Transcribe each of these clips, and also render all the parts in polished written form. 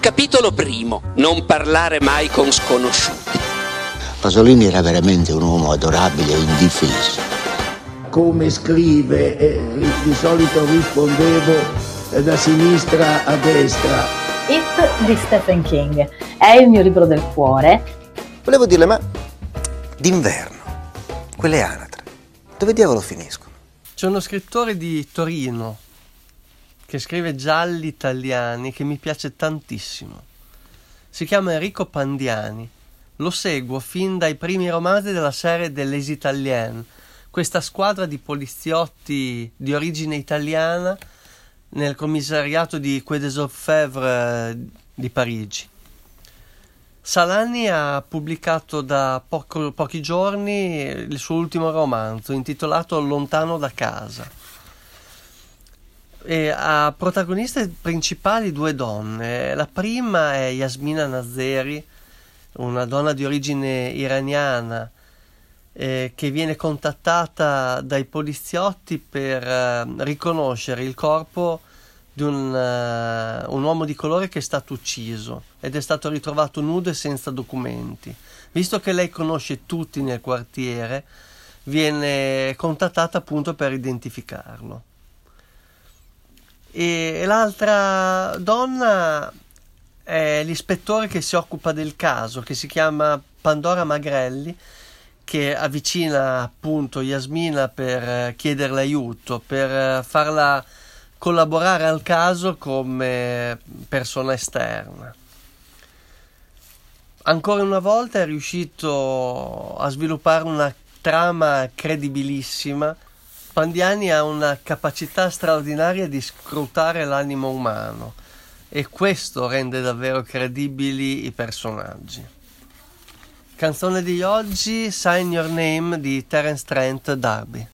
Capitolo primo. Non parlare mai con sconosciuti. Pasolini era veramente un uomo adorabile e indifeso. Come scrive, di solito rispondevo da sinistra a destra. It di Stephen King è il mio libro del cuore. Volevo dirle, ma d'inverno, quelle anatre, dove diavolo finiscono? C'è uno scrittore di Torino che scrive gialli italiani che mi piace tantissimo. Si chiama Enrico Pandiani. Lo seguo fin dai primi romanzi della serie de Les Italiens, questa squadra di poliziotti di origine italiana nel commissariato di Quai des Orfèvres di Parigi. Salani ha pubblicato da pochi giorni il suo ultimo romanzo, intitolato Lontano da casa. E ha protagoniste principali due donne. La prima è Yasmina Nazeri, una donna di origine iraniana che viene contattata dai poliziotti per riconoscere il corpo di un uomo di colore che è stato ucciso ed è stato ritrovato nudo e senza documenti. Visto che lei conosce tutti nel quartiere, viene contattata appunto per identificarlo. E l'altra donna è l'ispettore che si occupa del caso, che si chiama Pandora Magrelli, che avvicina appunto Yasmina per chiederle aiuto, per farla collaborare al caso come persona esterna. Ancora una volta è riuscito a sviluppare una trama credibilissima. Pandiani ha una capacità straordinaria di scrutare l'animo umano e questo rende davvero credibili i personaggi. Canzone di oggi, Sign Your Name di Terence Trent D'Arby.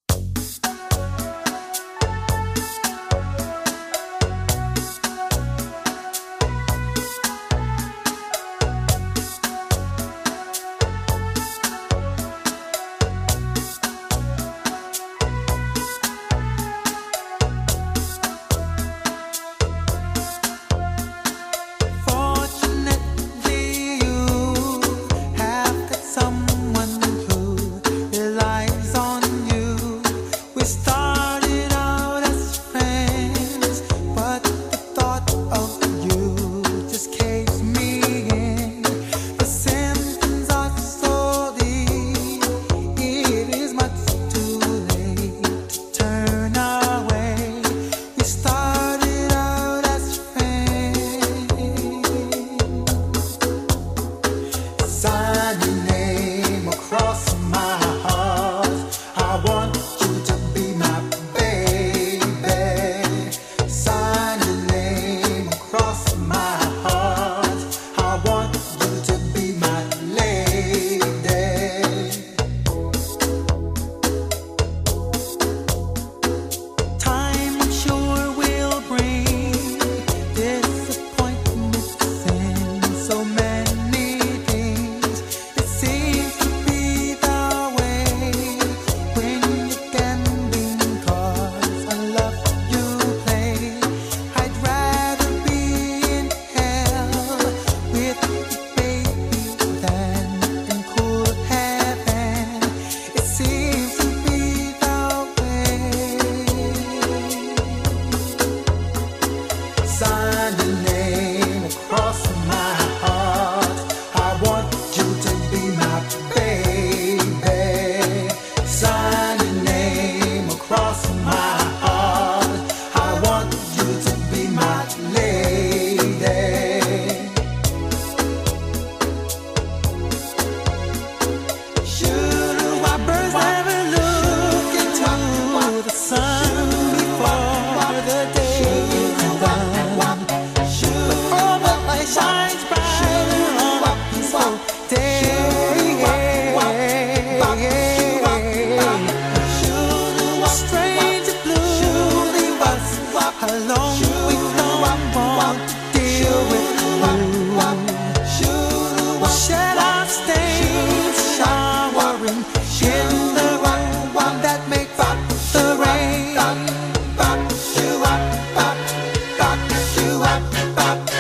Bop,